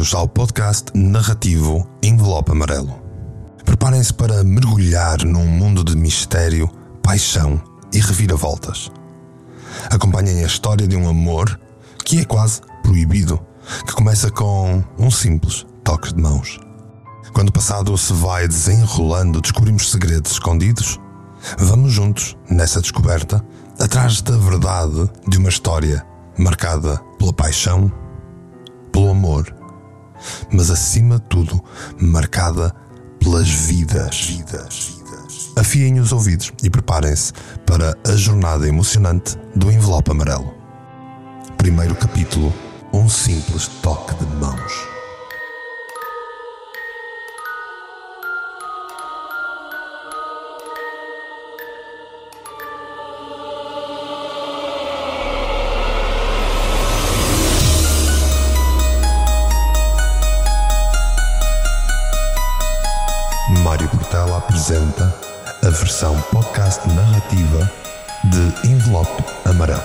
Bem-vindos ao podcast narrativo Envelope Amarelo. Preparem-se para mergulhar num mundo de mistério, paixão e reviravoltas. Acompanhem a história de um amor que é quase proibido, que começa com um simples toque de mãos. Quando o passado se vai desenrolando, descobrimos segredos escondidos. Vamos juntos nessa descoberta, atrás da verdade de uma história marcada pela paixão, pelo amor, mas acima de tudo marcada pelas vidas. Afiem os ouvidos e preparem-se para a jornada emocionante do Envelope Amarelo. Primeiro capítulo, um simples toque de mãos. Mário Portela apresenta a versão podcast narrativa de Envelope Amarelo.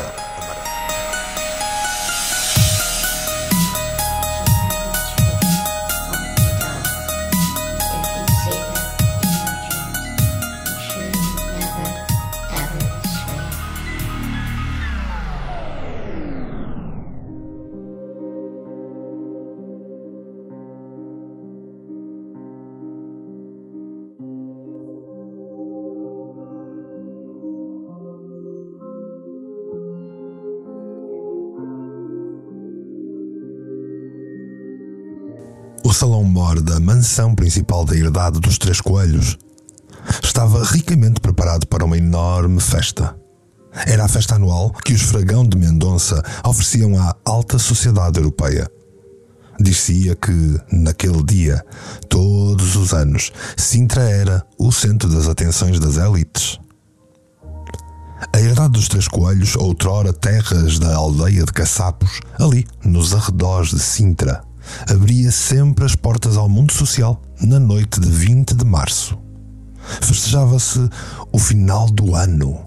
O salão-mor da mansão principal da herdade dos Três Coelhos estava ricamente preparado para uma enorme festa. Era a festa anual que os Fragão de Mendonça ofereciam à alta sociedade europeia. Dir-se-ia que, naquele dia, todos os anos, Sintra era o centro das atenções das elites. A herdade dos Três Coelhos, outrora terras da aldeia de Caçapos, ali nos arredores de Sintra, abria sempre as portas ao mundo social na noite de 20 de março. Festejava-se o final do ano.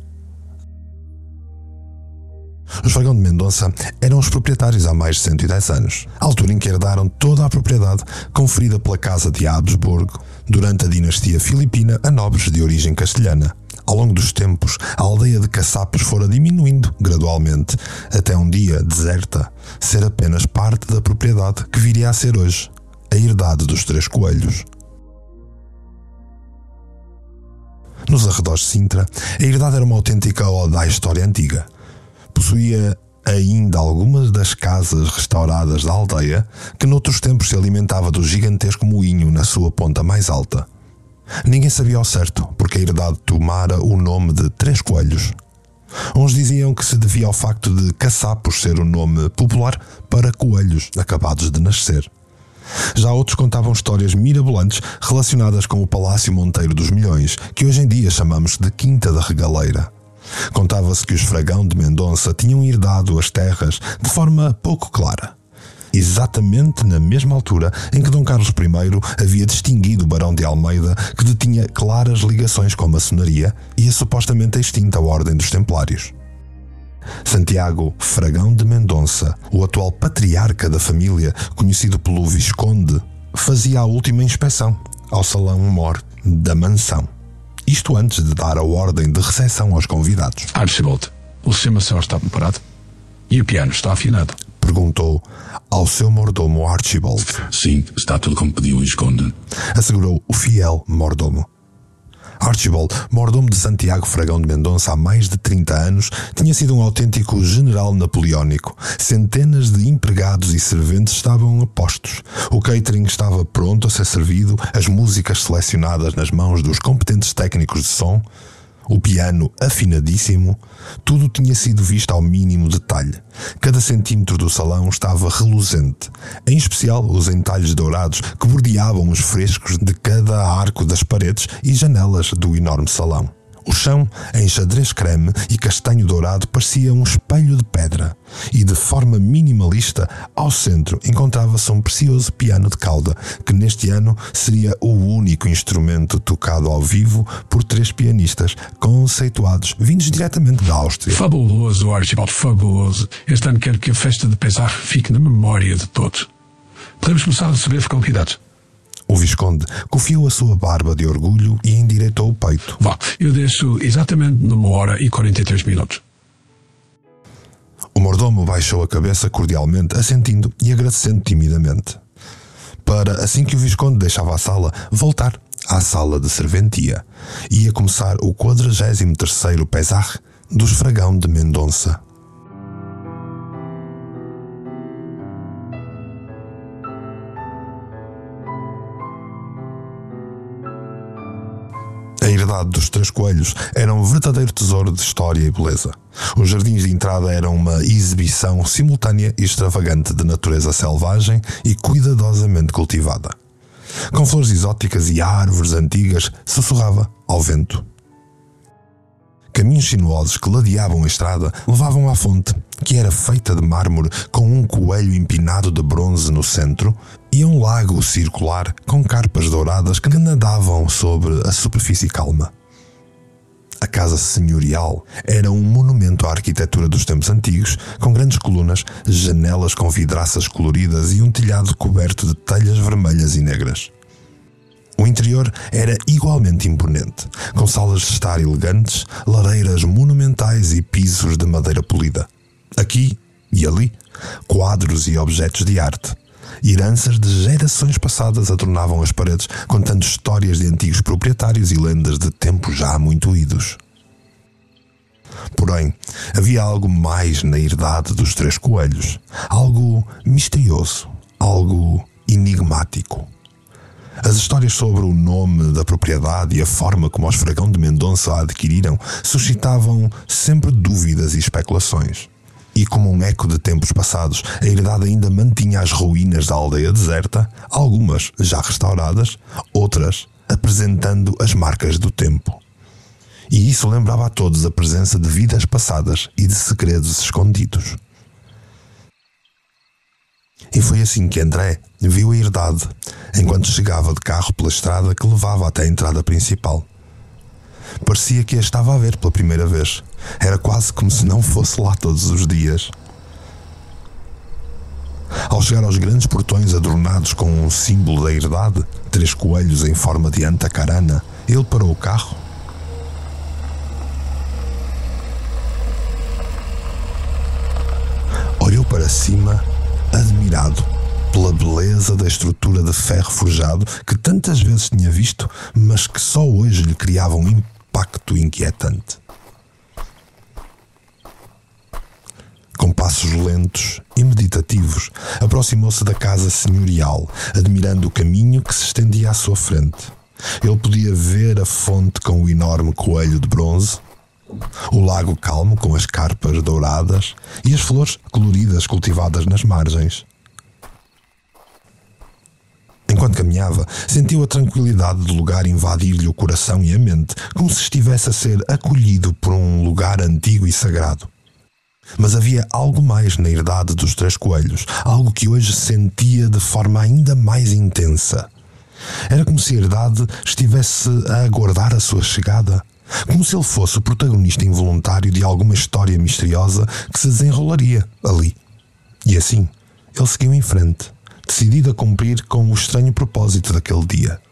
Os Fragão de Mendonça eram os proprietários há mais de 110 anos, a altura em que herdaram toda a propriedade conferida pela Casa de Habsburgo durante a dinastia filipina a nobres de origem castelhana. Ao longo dos tempos, a aldeia de Caçapos fora diminuindo gradualmente, até um dia, deserta, ser apenas parte da propriedade que viria a ser hoje a herdade dos Três Coelhos. Nos arredores de Sintra, a herdade era uma autêntica ode à história antiga. Possuía ainda algumas das casas restauradas da aldeia, que noutros tempos se alimentava do gigantesco moinho na sua ponta mais alta. Ninguém sabia ao certo porque a herdade tomara o nome de Três Coelhos. Uns diziam que se devia ao facto de Caçapos ser o nome popular para coelhos acabados de nascer. Já outros contavam histórias mirabolantes relacionadas com o Palácio Monteiro dos Milhões, que hoje em dia chamamos de Quinta da Regaleira. Contava-se que os Fragão de Mendonça tinham herdado as terras de forma pouco clara, exatamente na mesma altura em que Dom Carlos I havia distinguido o Barão de Almeida, que detinha claras ligações com a maçonaria e a supostamente extinta Ordem dos Templários. Santiago Fragão de Mendonça, o atual patriarca da família, conhecido pelo Visconde, fazia a última inspeção ao salão-mor da mansão. Isto antes de dar a ordem de recepção aos convidados. Archibald, o Sr. Marcelo está preparado? E o piano está afinado? Perguntou ao seu mordomo Archibald. Sim, está tudo como pediu o Visconde, assegurou o fiel mordomo. Archibald, mordomo de Santiago Fragão de Mendonça há mais de 30 anos, tinha sido um autêntico general napoleónico. Centenas de empregados e serventes estavam a postos. O catering estava pronto a ser servido, as músicas selecionadas nas mãos dos competentes técnicos de som, o piano afinadíssimo, tudo tinha sido visto ao mínimo detalhe. Cada centímetro do salão estava reluzente, em especial os entalhes dourados que bordeavam os frescos de cada arco das paredes e janelas do enorme salão. O chão, em xadrez creme e castanho dourado, parecia um espelho de pedra, e de forma minimalista, ao centro encontrava-se um precioso piano de cauda, que neste ano seria o único instrumento tocado ao vivo por 3 pianistas conceituados, vindos diretamente da Áustria. Fabuloso, Archibald, fabuloso. Este ano quero que a festa de Pesach fique na memória de todos. Podemos começar a receber convidados. O Visconde cofiou a sua barba de orgulho e endireitou o peito. Vá, eu deixo exatamente numa hora e 43 minutos. O mordomo baixou a cabeça cordialmente, assentindo e agradecendo timidamente. Para, assim que o Visconde deixava a sala, voltar à sala de serventia. Ia começar o 43º pesar dos Fragão de Mendonça. A herdade dos Três Coelhos era um verdadeiro tesouro de história e beleza. Os jardins de entrada eram uma exibição simultânea e extravagante de natureza selvagem e cuidadosamente cultivada. Com flores exóticas e árvores antigas, sussurrava ao vento. Caminhos sinuosos que ladeavam a estrada levavam à fonte, que era feita de mármore com um coelho empinado de bronze no centro, e a um lago circular com carpas douradas que nadavam sobre a superfície calma. A casa senhorial era um monumento à arquitetura dos tempos antigos, com grandes colunas, janelas com vidraças coloridas e um telhado coberto de telhas vermelhas e negras. O interior era igualmente imponente, com salas de estar elegantes, lareiras monumentais e pisos de madeira polida. Aqui e ali, quadros e objetos de arte. Heranças de gerações passadas adornavam as paredes, contando histórias de antigos proprietários e lendas de tempos já muito idos. Porém, havia algo mais na herdade dos Três Coelhos, algo misterioso, algo enigmático. As histórias sobre o nome da propriedade e a forma como os Fragão de Mendonça a adquiriram suscitavam sempre dúvidas e especulações. E como um eco de tempos passados, a herdade ainda mantinha as ruínas da aldeia deserta, algumas já restauradas, outras apresentando as marcas do tempo. E isso lembrava a todos a presença de vidas passadas e de segredos escondidos. E foi assim que André viu a herdade, enquanto chegava de carro pela estrada que levava até a entrada principal. Parecia que a estava a ver pela primeira vez. Era quase como se não fosse lá todos os dias. Ao chegar aos grandes portões adornados com um símbolo da herdade, três coelhos em forma de antacarana, ele parou o carro. Olhou para cima, admirado pela beleza da estrutura de ferro forjado que tantas vezes tinha visto, mas que só hoje lhe criava um impacto inquietante. Com passos lentos e meditativos, aproximou-se da casa senhorial, admirando o caminho que se estendia à sua frente. Ele podia ver a fonte com o enorme coelho de bronze, o lago calmo com as carpas douradas e as flores coloridas cultivadas nas margens. Enquanto caminhava, sentiu a tranquilidade do lugar invadir-lhe o coração e a mente, como se estivesse a ser acolhido por um lugar antigo e sagrado. Mas havia algo mais na herdade dos Três Coelhos, algo que hoje sentia de forma ainda mais intensa. Era como se a herdade estivesse a aguardar a sua chegada, como se ele fosse o protagonista involuntário de alguma história misteriosa que se desenrolaria ali. E assim, ele seguiu em frente, decidido a cumprir com o estranho propósito daquele dia.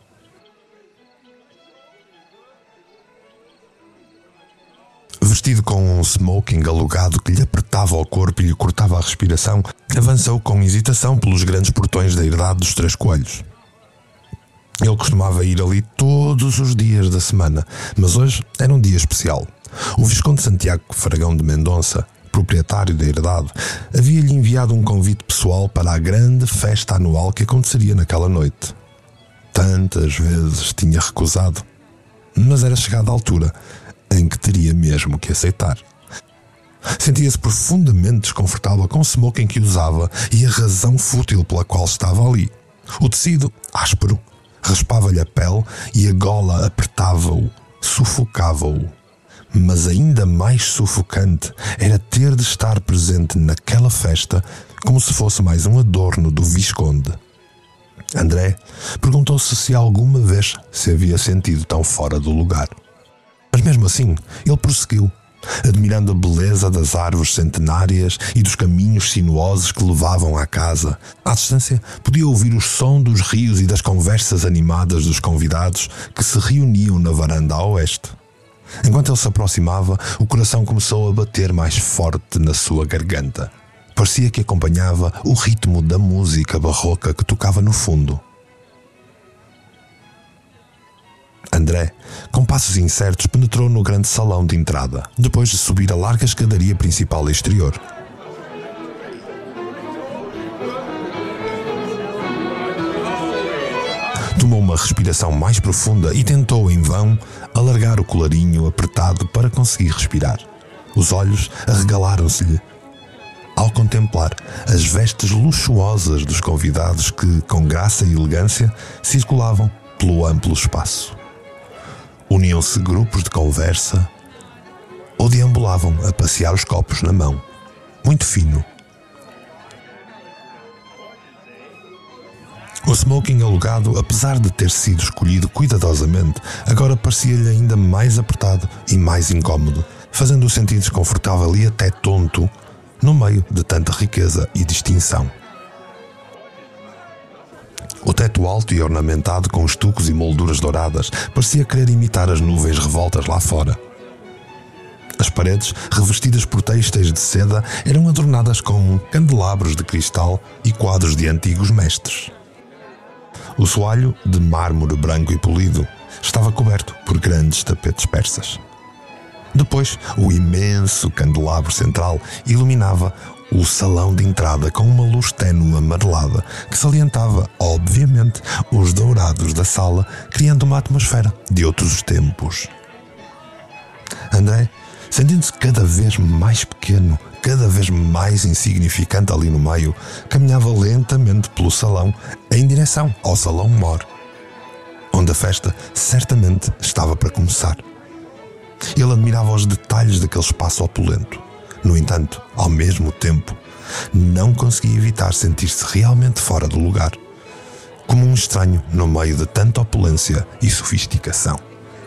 Vestido com um smoking alugado que lhe apertava o corpo e lhe cortava a respiração, avançou com hesitação pelos grandes portões da herdade dos Três Coelhos. Ele costumava ir ali todos os dias da semana, mas hoje era um dia especial. O Visconde Santiago Fragão de Mendonça, proprietário da herdade, havia-lhe enviado um convite pessoal para a grande festa anual que aconteceria naquela noite. Tantas vezes tinha recusado, mas era chegada a altura em que teria mesmo que aceitar. Sentia-se profundamente desconfortável com o smoking que usava e a razão fútil pela qual estava ali. O tecido, áspero, raspava-lhe a pele e a gola apertava-o, sufocava-o. Mas ainda mais sufocante era ter de estar presente naquela festa como se fosse mais um adorno do Visconde. André perguntou-se se alguma vez se havia sentido tão fora do lugar. Mas mesmo assim, ele prosseguiu, admirando a beleza das árvores centenárias e dos caminhos sinuosos que levavam à casa. À distância, podia ouvir o som dos rios e das conversas animadas dos convidados que se reuniam na varanda a oeste. Enquanto ele se aproximava, o coração começou a bater mais forte na sua garganta. Parecia que acompanhava o ritmo da música barroca que tocava no fundo. André, com passos incertos, penetrou no grande salão de entrada, depois de subir a larga escadaria principal exterior. Tomou uma respiração mais profunda e tentou, em vão, alargar o colarinho apertado para conseguir respirar. Os olhos arregalaram-se-lhe ao contemplar as vestes luxuosas dos convidados que, com graça e elegância, circulavam pelo amplo espaço. Uniam-se grupos de conversa ou deambulavam a passear os copos na mão, muito fino. O smoking alugado, apesar de ter sido escolhido cuidadosamente, agora parecia-lhe ainda mais apertado e mais incómodo, fazendo-o sentir desconfortável e até tonto no meio de tanta riqueza e distinção. O teto alto e ornamentado com estucos e molduras douradas parecia querer imitar as nuvens revoltas lá fora. As paredes, revestidas por têxteis de seda, eram adornadas com candelabros de cristal e quadros de antigos mestres. O soalho, de mármore branco e polido, estava coberto por grandes tapetes persas. Depois, o imenso candelabro central iluminava o salão de entrada com uma luz ténue amarelada que salientava, obviamente, os dourados da sala, criando uma atmosfera de outros tempos. André, sentindo-se cada vez mais pequeno, cada vez mais insignificante ali no meio, caminhava lentamente pelo salão em direção ao Salão Mor, onde a festa certamente estava para começar. Ele admirava os detalhes daquele espaço opulento. No entanto, ao mesmo tempo, não conseguia evitar sentir-se realmente fora do lugar, como um estranho no meio de tanta opulência e sofisticação.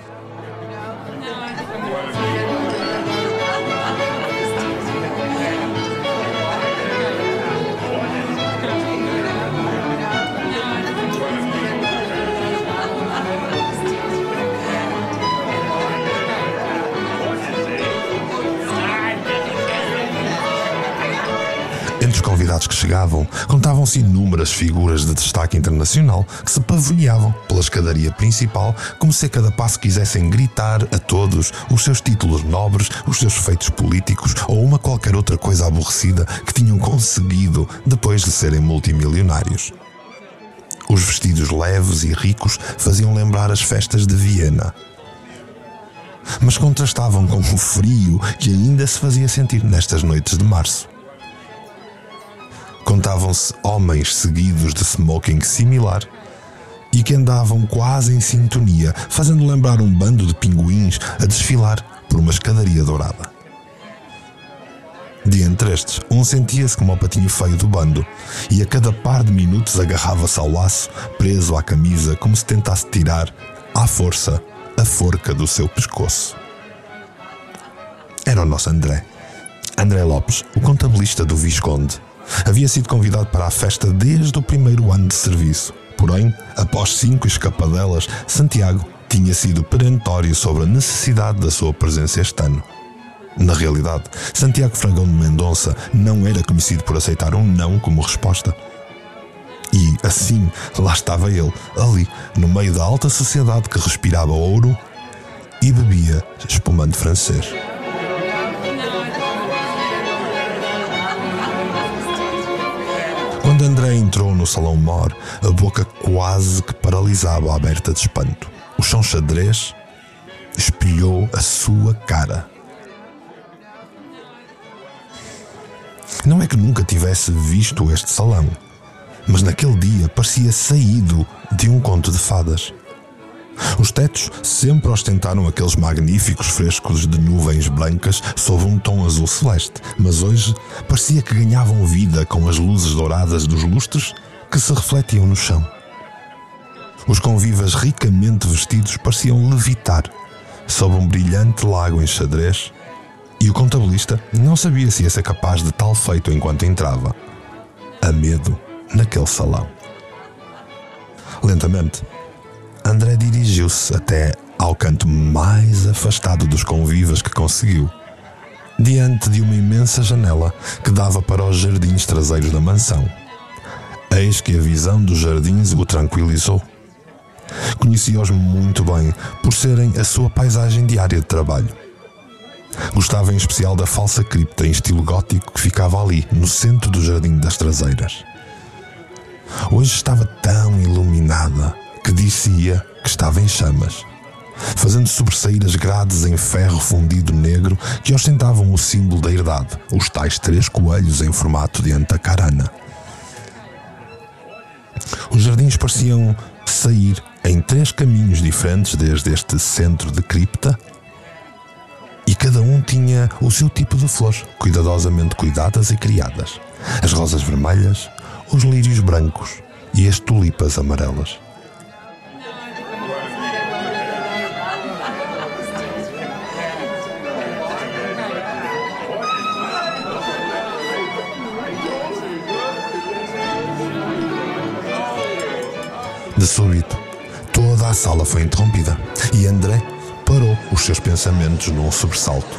Entre os convidados que chegavam, contavam-se inúmeras figuras de destaque internacional que se pavilhavam pela escadaria principal como se a cada passo quisessem gritar a todos os seus títulos nobres, os seus feitos políticos ou uma qualquer outra coisa aborrecida que tinham conseguido depois de serem multimilionários. Os vestidos leves e ricos faziam lembrar as festas de Viena, mas contrastavam com o frio que ainda se fazia sentir nestas noites de março. Contavam-se homens seguidos de smoking similar e que andavam quase em sintonia, fazendo lembrar um bando de pinguins a desfilar por uma escadaria dourada. De entre estes, um sentia-se como o patinho feio do bando e a cada par de minutos agarrava-se ao laço, preso à camisa, como se tentasse tirar, à força, a forca do seu pescoço. Era o nosso André Lopes, o contabilista do Visconde. Havia sido convidado para a festa desde o primeiro ano de serviço. Porém, após 5 escapadelas, Santiago tinha sido perentório sobre a necessidade da sua presença este ano. Na realidade, Santiago Fragão de Mendonça não era conhecido por aceitar um não como resposta. E, assim, lá estava ele, ali, no meio da alta sociedade que respirava ouro e bebia espumante francês. Quando André entrou no Salão Mor, a boca quase que paralisava aberta de espanto. O chão xadrez espelhou a sua cara. Não é que nunca tivesse visto este salão, mas naquele dia parecia saído de um conto de fadas. Os tetos sempre ostentaram aqueles magníficos frescos de nuvens brancas sob um tom azul celeste, mas hoje parecia que ganhavam vida com as luzes douradas dos lustres que se refletiam no chão. Os convivas ricamente vestidos pareciam levitar sob um brilhante lago em xadrez E o contabilista não sabia se ia ser capaz de tal feito enquanto entrava, a medo, naquele salão. Lentamente, André dirigiu-se até ao canto mais afastado dos convívios que conseguiu, diante de uma imensa janela que dava para os jardins traseiros da mansão. Eis que a visão dos jardins o tranquilizou. Conhecia-os muito bem por serem a sua paisagem diária de trabalho. Gostava em especial da falsa cripta em estilo gótico que ficava ali, no centro do Jardim das Traseiras. Hoje estava tão iluminada que dizia que estava em chamas, fazendo sobressair as grades em ferro fundido negro que ostentavam o símbolo da herdade, os tais 3 coelhos em formato de antacarana. Os jardins pareciam sair em 3 caminhos diferentes desde este centro de cripta, e cada um tinha o seu tipo de flores, cuidadosamente cuidadas e criadas: as rosas vermelhas, os lírios brancos e as tulipas amarelas. De súbito, toda a sala foi interrompida e André parou os seus pensamentos num sobressalto.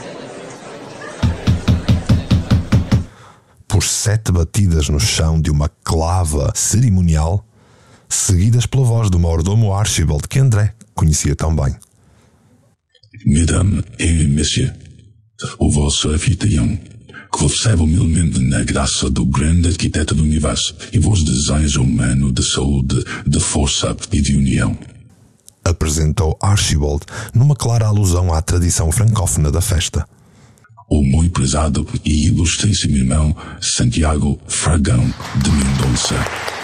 Por 7 batidas no chão de uma clava cerimonial, seguidas pela voz do mordomo Archibald, que André conhecia tão bem. Mesdames et messieurs, o vosso anfitrião, que vos recebe humildemente na graça do grande arquiteto do universo e vos deseja um ano de saúde, de força e de união. Apresentou Archibald numa clara alusão à tradição francófona da festa. O muito prezado e ilustríssimo irmão Santiago Fragão de Mendonça.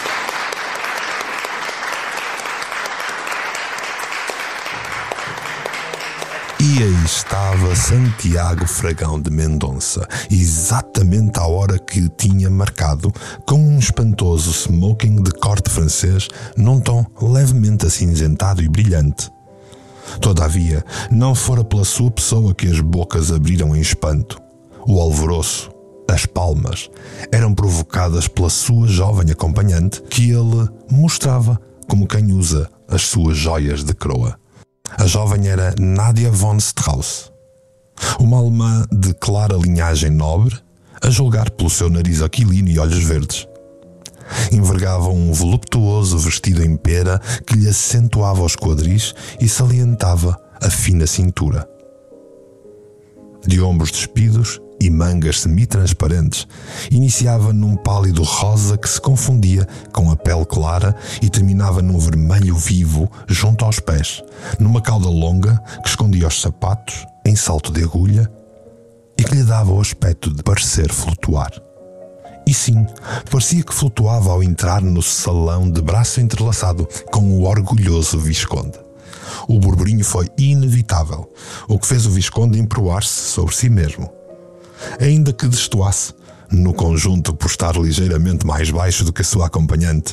E aí estava Santiago Fragão de Mendonça, exatamente à hora que tinha marcado, com um espantoso smoking de corte francês num tom levemente acinzentado e brilhante. Todavia, não fora pela sua pessoa que as bocas abriram em espanto. O alvoroço, as palmas, eram provocadas pela sua jovem acompanhante, que ele mostrava como quem usa as suas joias de coroa. A jovem era Nadia von Strauss, uma alemã de clara linhagem nobre, a julgar pelo seu nariz aquilino e olhos verdes. Envergava um voluptuoso vestido em pera que lhe acentuava os quadris e salientava a fina cintura. De ombros despidos e mangas semi-transparentes, iniciava num pálido rosa que se confundia com a pele clara e terminava num vermelho vivo junto aos pés, numa cauda longa que escondia os sapatos em salto de agulha e que lhe dava o aspecto de parecer flutuar. E sim, parecia que flutuava ao entrar no salão de braço entrelaçado com o orgulhoso Visconde. O burburinho foi inevitável, o que fez o Visconde emproar-se sobre si mesmo. Ainda que destoasse, no conjunto por estar ligeiramente mais baixo do que a sua acompanhante,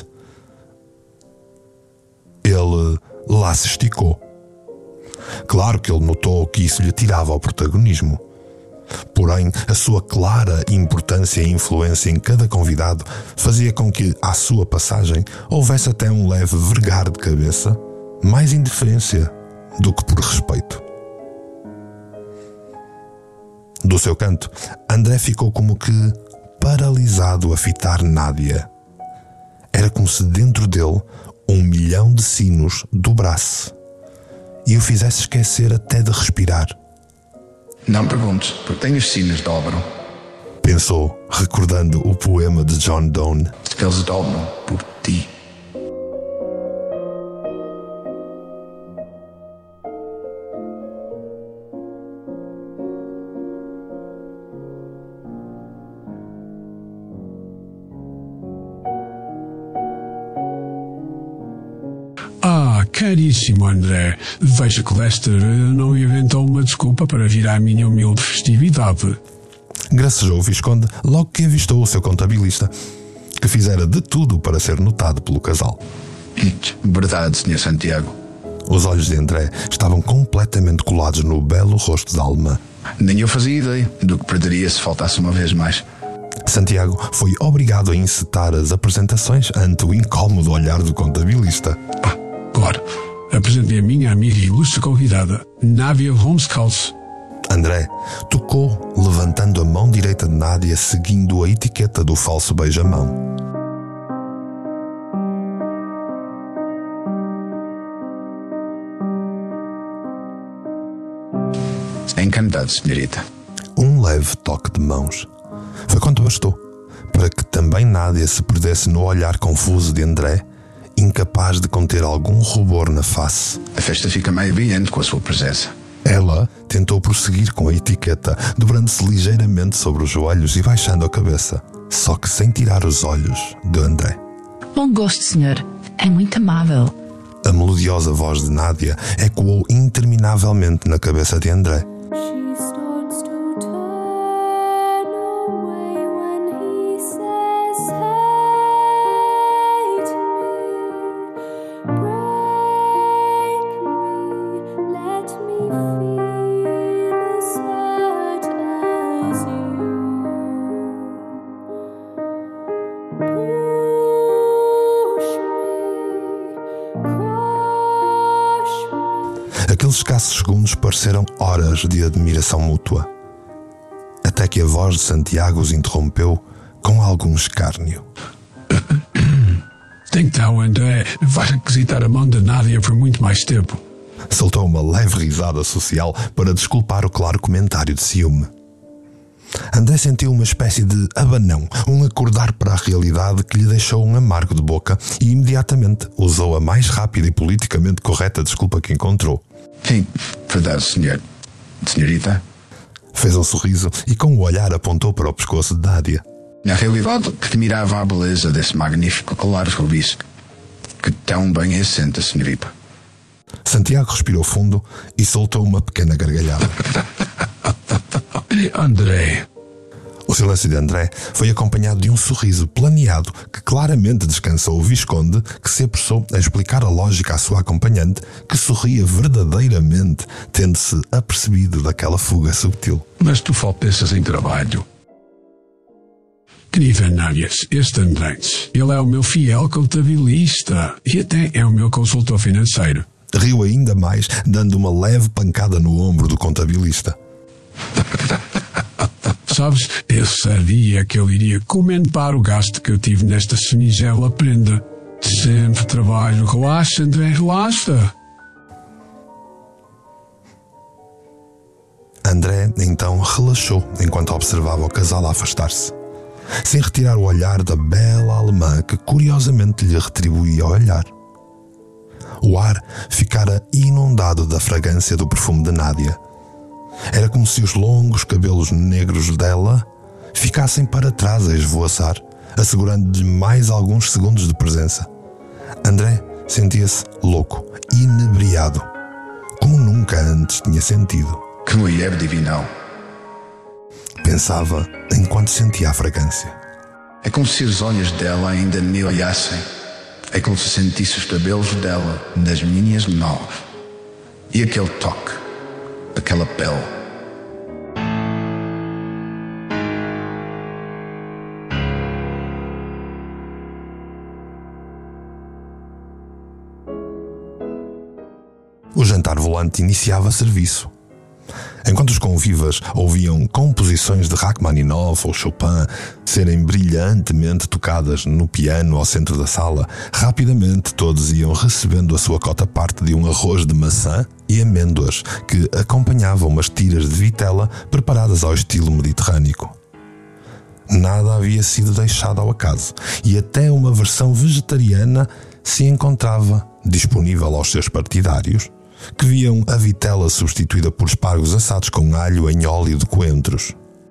ele lá se esticou. Claro que ele notou que isso lhe tirava o protagonismo. Porém, a sua clara importância e influência em cada convidado fazia com que, à sua passagem, houvesse até um leve vergar de cabeça, mais indiferença do que por respeito. Do seu canto, André ficou como que paralisado a fitar Nádia. Era como se dentro dele 1 milhão de sinos dobrasse e o fizesse esquecer até de respirar. Não perguntes, porque tenho os sinos dobram. Pensou, recordando o poema de John Donne. Eles dobram por ti. Caríssimo André, veja que Lester não inventou uma desculpa para vir à minha humilde festividade. Gracejou o Visconde logo que avistou o seu contabilista, que fizera de tudo para ser notado pelo casal. Verdade, Sr. Santiago. Os olhos de André estavam completamente colados no belo rosto da alemã. Nem eu fazia ideia do que perderia se faltasse uma vez mais. Santiago foi obrigado a encetar as apresentações ante o incómodo olhar do contabilista. Claro. Apresentei a minha amiga e ilustre convidada, Nádia Holmescalz. André tocou, levantando a mão direita de Nádia, seguindo a etiqueta do falso beijamão. Encantado, senhorita. Um leve toque de mãos foi quanto bastou para que também Nádia se perdesse no olhar confuso de André, incapaz de conter algum rubor na face. A festa fica meio brilhante com a sua presença. Ela tentou prosseguir com a etiqueta, dobrando-se ligeiramente sobre os joelhos e baixando a cabeça, só que sem tirar os olhos de André. Bom gosto, senhor. É muito amável. A melodiosa voz de Nádia ecoou interminavelmente na cabeça de André. Aqueles escassos segundos pareceram horas de admiração mútua, até que a voz de Santiago os interrompeu com algum escárnio. Então, André, vai requisitar a mão de Nádia por muito mais tempo. Soltou uma leve risada social para desculpar o claro comentário de ciúme. André sentiu uma espécie de abanão, um acordar para a realidade que lhe deixou um amargo de boca e imediatamente usou a mais rápida e politicamente correta desculpa que encontrou. Sim, verdade, senhor. Senhorita? Fez um sorriso e com o olhar apontou para o pescoço de Nádia. Na realidade, que admirava a beleza desse magnífico colar de rubis, que tão bem assenta, senhorita. Santiago respirou fundo e soltou uma pequena gargalhada. André. O silêncio de André foi acompanhado de um sorriso planeado que claramente descansou o Visconde, que se apressou a explicar a lógica à sua acompanhante, que sorria verdadeiramente, tendo-se apercebido daquela fuga subtil. Mas tu só pensas em trabalho. Querida Nádia, este André, ele é o meu fiel contabilista e até é o meu consultor financeiro. Riu ainda mais, dando uma leve pancada no ombro do contabilista. Sabes, eu sabia que ele iria comentar o gasto que eu tive nesta singela prenda. Sempre trabalho. Relaxa, André, relaxa. André, então, relaxou enquanto observava o casal a afastar-se, sem retirar o olhar da bela alemã que curiosamente lhe retribuía o olhar. O ar ficara inundado da fragrância do perfume de Nádia. Era como se os longos cabelos negros dela ficassem para trás a esvoaçar, assegurando-lhe mais alguns segundos de presença. André sentia-se louco, inebriado, como nunca antes tinha sentido. Que mulher divinal. Pensava enquanto sentia a fragrância. É como se os olhos dela ainda me olhassem. É como se sentisse os cabelos dela nas minhas mãos. E aquele toque, aquela pele. O jantar volante iniciava serviço. Enquanto os convivas ouviam composições de Rachmaninoff ou Chopin serem brilhantemente tocadas no piano ao centro da sala, rapidamente todos iam recebendo a sua cota-parte de um arroz de maçã e amêndoas que acompanhavam umas tiras de vitela preparadas ao estilo mediterrâneo. Nada havia sido deixado ao acaso e até uma versão vegetariana se encontrava disponível aos seus partidários, que viam a vitela substituída por espargos assados com alho em óleo de coentros.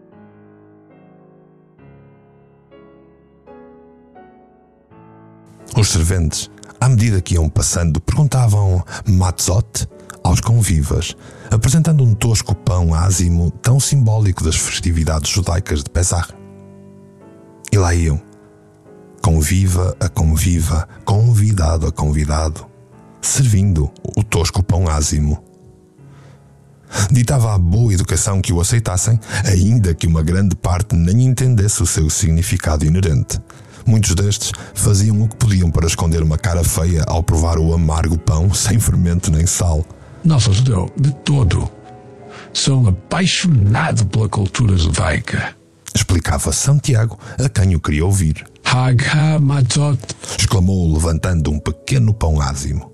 Os serventes, à medida que iam passando, perguntavam matzot aos convivas, apresentando um tosco pão ázimo tão simbólico das festividades judaicas de Pesach. E lá iam, conviva a conviva, convidado a convidado, servindo o tosco pão ázimo. Ditava a boa educação que o aceitassem, ainda que uma grande parte nem entendesse o seu significado inerente. Muitos destes faziam o que podiam para esconder uma cara feia ao provar o amargo pão sem fermento nem sal. Nossa, judeu, de todo. Sou apaixonado pela cultura judaica. Explicava Santiago a quem o queria ouvir. Hag ha-matzot. Exclamou levantando um pequeno pão ázimo.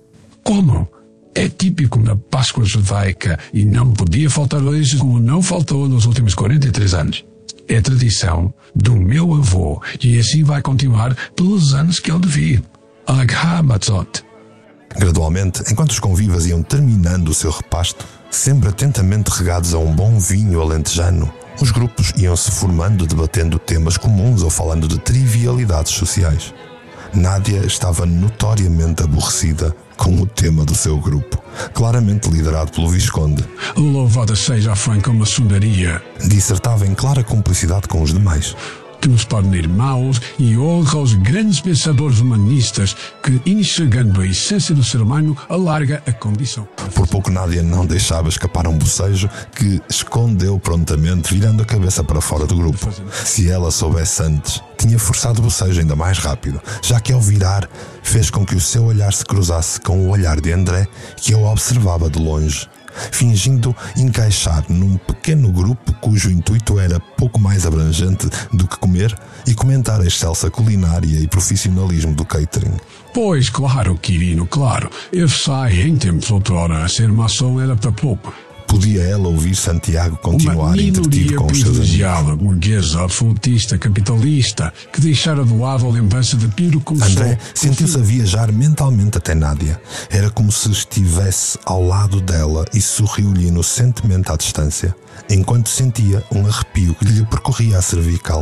Como? É típico na Páscoa judaica e não podia faltar hoje como não faltou nos últimos 43 anos. É tradição do meu avô e assim vai continuar pelos anos que ele vive. Hag ha-matzot. Gradualmente, enquanto os convivas iam terminando o seu repasto, sempre atentamente regados a um bom vinho alentejano, os grupos iam se formando debatendo temas comuns ou falando de trivialidades sociais. Nádia estava notoriamente aborrecida com o tema do seu grupo, claramente liderado pelo Visconde. Louvada seja a franco-maçonaria. Dissertava em clara cumplicidade com os demais. Que nos torna irmãos e honra aos grandes pensadores humanistas que, enxergando a essência do ser humano, alarga a condição. Por pouco Nádia não deixava escapar um bocejo que escondeu prontamente, virando a cabeça para fora do grupo. Se ela soubesse antes, tinha forçado o bocejo ainda mais rápido, já que ao virar fez com que o seu olhar se cruzasse com o olhar de André, que a observava de longe, fingindo encaixar num pequeno grupo cujo intuito era pouco mais abrangente do que comer e comentar a excelsa culinária e profissionalismo do catering. Pois, claro, Quirino, claro. Eu sei, em tempos outrora, ser maçom era para pouco. Podia ela ouvir Santiago continuar entretido com os seus amigos. Burguesa, absolutista, capitalista, que deixara de lado a lembrança de Piro como André sentiu-se a viajar mentalmente até Nádia. Era como se estivesse ao lado dela e sorriu-lhe inocentemente à distância, enquanto sentia um arrepio que lhe percorria a cervical.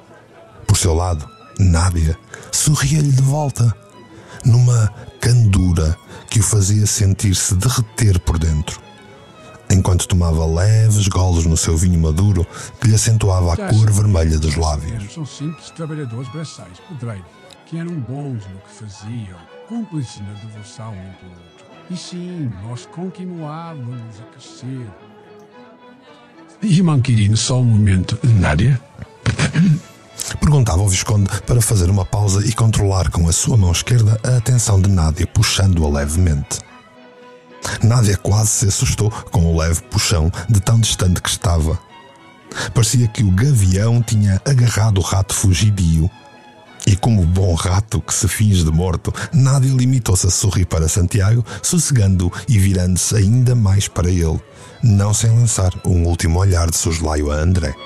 Por seu lado, Nádia sorria-lhe de volta, numa candura que o fazia sentir-se derreter por dentro, enquanto tomava leves golos no seu vinho maduro que lhe acentuava a cor vermelha dos lábios. São simples trabalhadores braçais, pedreiros, que eram bons no que faziam, cúmplices na devoção um pelo outro. E sim, nós continuávamos a crescer. Irmão Quirino, só um momento. Nádia? Perguntava ao Visconde para fazer uma pausa e controlar com a sua mão esquerda a atenção de Nádia, puxando-a levemente. Nádia quase se assustou com o leve puxão de tão distante que estava. Parecia que o gavião tinha agarrado o rato fugidio. E como bom rato que se finge de morto, Nádia limitou-se a sorrir para Santiago, sossegando e virando-se ainda mais para ele, não sem lançar um último olhar de soslaio a André.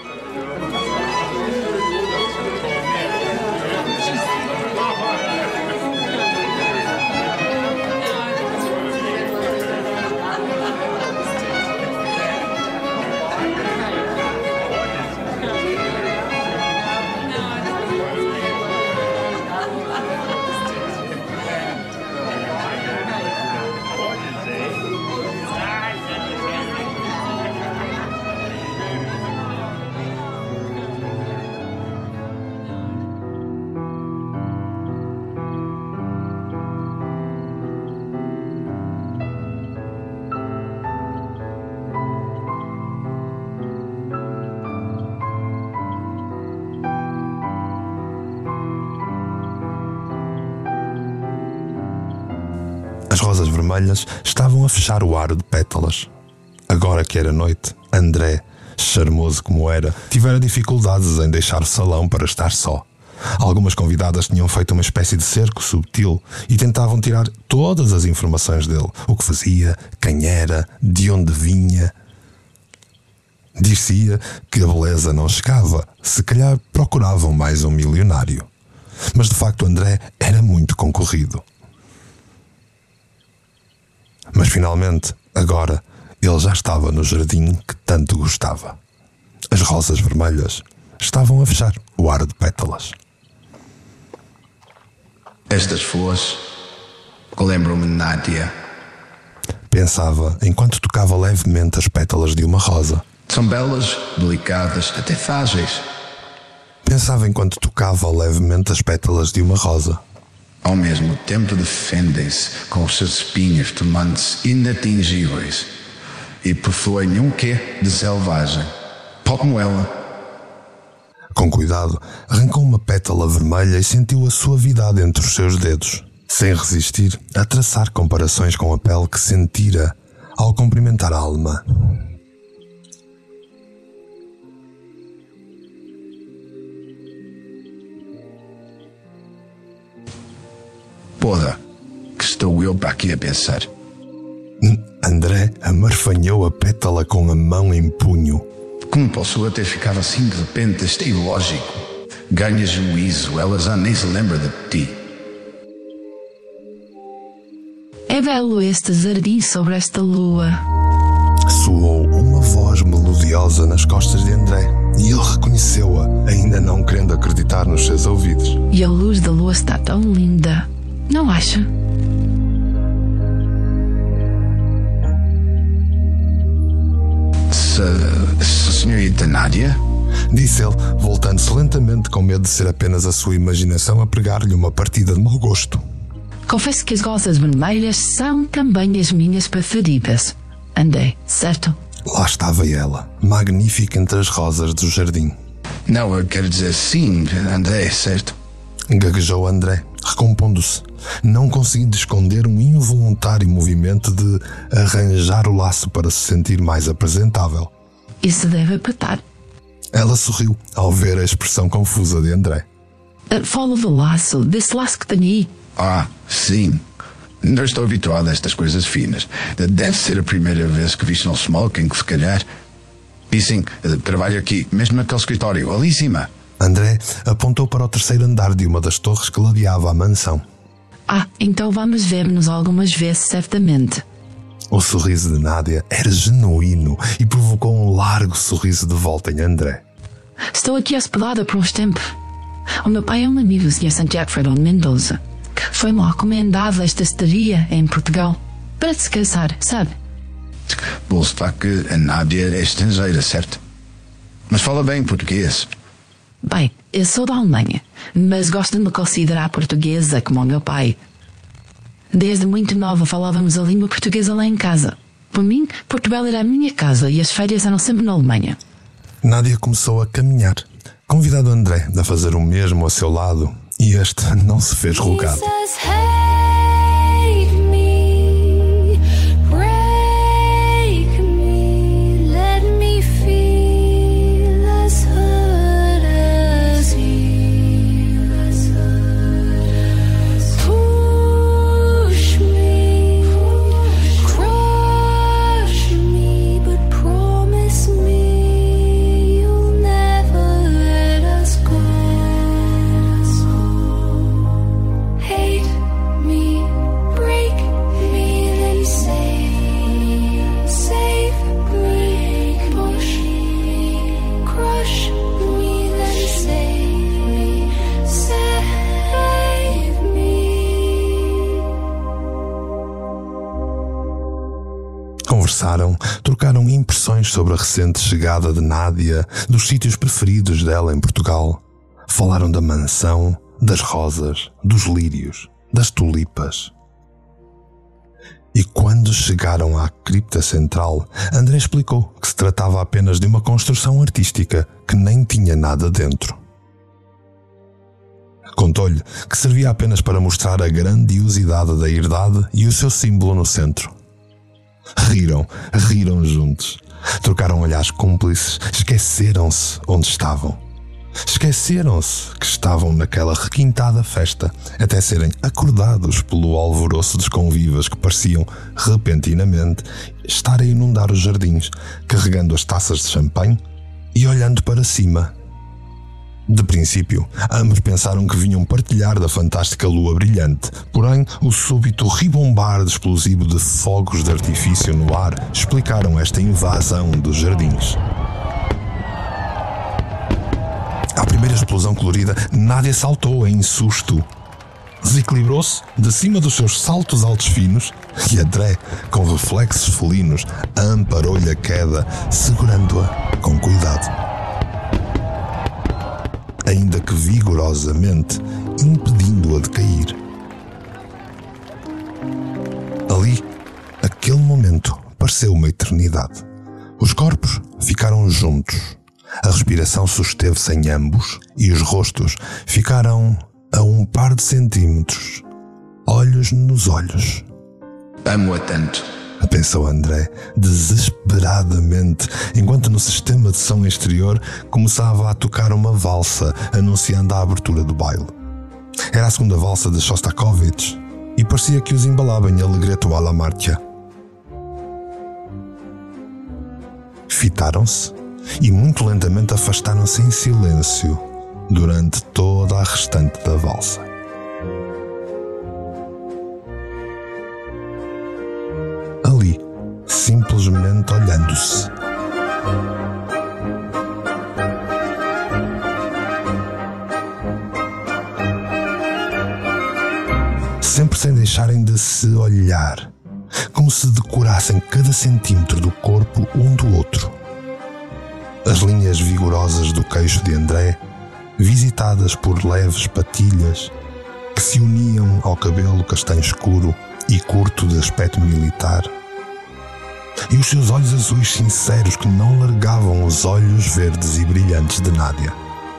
As rosas vermelhas estavam a fechar o aro de pétalas. Agora que era noite, André, charmoso como era, tivera dificuldades em deixar o salão para estar só. Algumas convidadas tinham feito uma espécie de cerco subtil e tentavam tirar todas as informações dele: o que fazia, quem era, de onde vinha. Dir-se-ia que a beleza não chegava, se calhar procuravam mais um milionário. Mas de facto André era muito concorrido. Mas finalmente, agora, ele já estava no jardim que tanto gostava. As rosas vermelhas estavam a fechar o aro de pétalas. Estas flores lembram-me de Nádia. Pensava enquanto tocava levemente as pétalas de uma rosa. São belas, delicadas, até frágeis. Pensava enquanto tocava levemente as pétalas de uma rosa. Ao mesmo tempo defendem-se com os seus espinhos, tornando-se inatingíveis e possuem um quê de selvagem, tal como ela. Com cuidado, arrancou uma pétala vermelha e sentiu a suavidade entre os seus dedos, sem resistir a traçar comparações com a pele que sentira ao cumprimentar a alemã. Poda, que estou eu para aqui a pensar. André amarfanhou a pétala com a mão em punho. Como posso eu ter ficado assim de repente? Isto é ilógico. Ganha juízo, ela já nem se lembra de ti. É belo este jardim sobre esta lua. Soou uma voz melodiosa nas costas de André e ele reconheceu-a, ainda não querendo acreditar nos seus ouvidos. E a luz da lua está tão linda, não acha? Senhorita Nádia? Disse ele, voltando-se lentamente com medo de ser apenas a sua imaginação a pregar-lhe uma partida de mau gosto. Confesso que as rosas vermelhas são também as minhas preferidas. André, certo? Lá estava ela, magnífica entre as rosas do jardim. Não, eu quero dizer sim, André, certo? Gaguejou André, recompondo-se, não conseguindo esconder um involuntário movimento de arranjar o laço para se sentir mais apresentável. Isso deve apertar. Ela sorriu ao ver a expressão confusa de André. Fala do laço, desse laço que tenho aí. Ah, sim. Não estou habituado a estas coisas finas. Deve ser a primeira vez que visto um smoking, se calhar. E sim, trabalho aqui, mesmo naquele escritório, ali em cima. André apontou para o terceiro andar de uma das torres que ladeava a mansão. Então vamos ver-nos algumas vezes, certamente. O sorriso de Nádia era genuíno e provocou um largo sorriso de volta em André. Estou aqui hospedada por uns tempos. O meu pai é um amigo, o Sr. Santiago Fredon Mendoza, que foi-me recomendado esta estadia em Portugal para descansar, sabe? Vou citar que a Nádia é estrangeira, certo? Mas fala bem português. Bem, eu sou da Alemanha, mas gosto de me considerar portuguesa como o meu pai. Desde muito nova falávamos a língua portuguesa lá em casa. Por mim, Portugal era a minha casa e as férias eram sempre na Alemanha. Nádia começou a caminhar, convidando André a fazer o mesmo a seu lado, e este não se fez rogado. Conversaram, trocaram impressões sobre a recente chegada de Nádia, dos sítios preferidos dela em Portugal. Falaram da mansão, das rosas, dos lírios, das tulipas. E quando chegaram à cripta central, André explicou que se tratava apenas de uma construção artística que nem tinha nada dentro. Contou-lhe que servia apenas para mostrar a grandiosidade da herdade e o seu símbolo no centro. Riram juntos. Trocaram olhares cúmplices, esqueceram-se onde estavam. Esqueceram-se que estavam naquela requintada festa, até serem acordados pelo alvoroço dos convivas que pareciam, repentinamente, estar a inundar os jardins, carregando as taças de champanhe e olhando para cima. De princípio, ambos pensaram que vinham partilhar da fantástica lua brilhante, porém, o súbito ribombar explosivo de fogos de artifício no ar explicaram esta invasão dos jardins. À primeira explosão colorida, Nádia saltou em susto. Desequilibrou-se de cima dos seus saltos altos finos e André, com reflexos felinos, amparou-lhe a queda, segurando-a com cuidado. Ainda que vigorosamente, impedindo-a de cair. Ali, aquele momento pareceu uma eternidade. Os corpos ficaram juntos, a respiração susteve-se em ambos e os rostos ficaram a um par de centímetros, olhos nos olhos. Amo-a tanto. Pensou André, desesperadamente, enquanto no sistema de som exterior começava a tocar uma valsa anunciando a abertura do baile. Era a segunda valsa de Shostakovich e parecia que os embalava em Allegretto alla Marcia. Fitaram-se e muito lentamente afastaram-se em silêncio durante toda a restante da valsa. Ali, simplesmente olhando-se. Sempre sem deixarem de se olhar, como se decorassem cada centímetro do corpo um do outro. As linhas vigorosas do queixo de André, visitadas por leves patilhas que se uniam ao cabelo castanho escuro e curto de aspecto militar, e os seus olhos azuis sinceros que não largavam os olhos verdes e brilhantes de Nádia.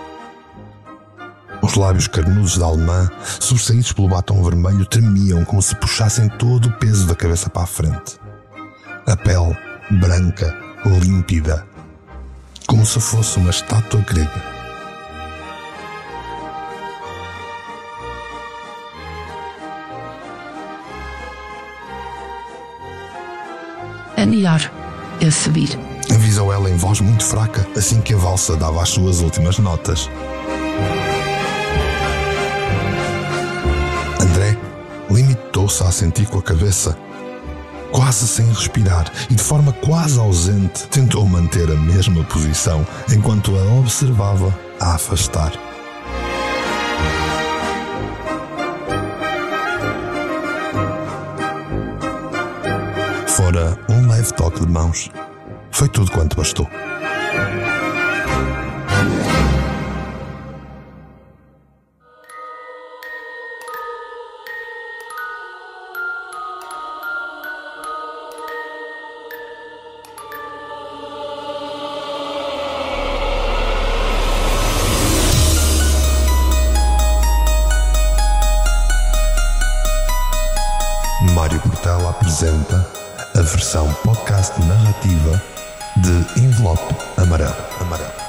Os lábios carnudos da alemã, sobressaídos pelo batom vermelho, tremiam como se puxassem todo o peso da cabeça para a frente. A pele, branca, límpida, como se fosse uma estátua grega. É melhor eu subir, Avisou ela em voz muito fraca, assim que a valsa dava as suas últimas notas. André limitou-se a assentir com a cabeça, quase sem respirar, e de forma quase ausente tentou manter a mesma posição enquanto a observava a afastar. Fora um leve toque de mãos. Foi tudo quanto bastou. Mário Portela apresenta a versão podcast narrativa de Envelope Amarelo.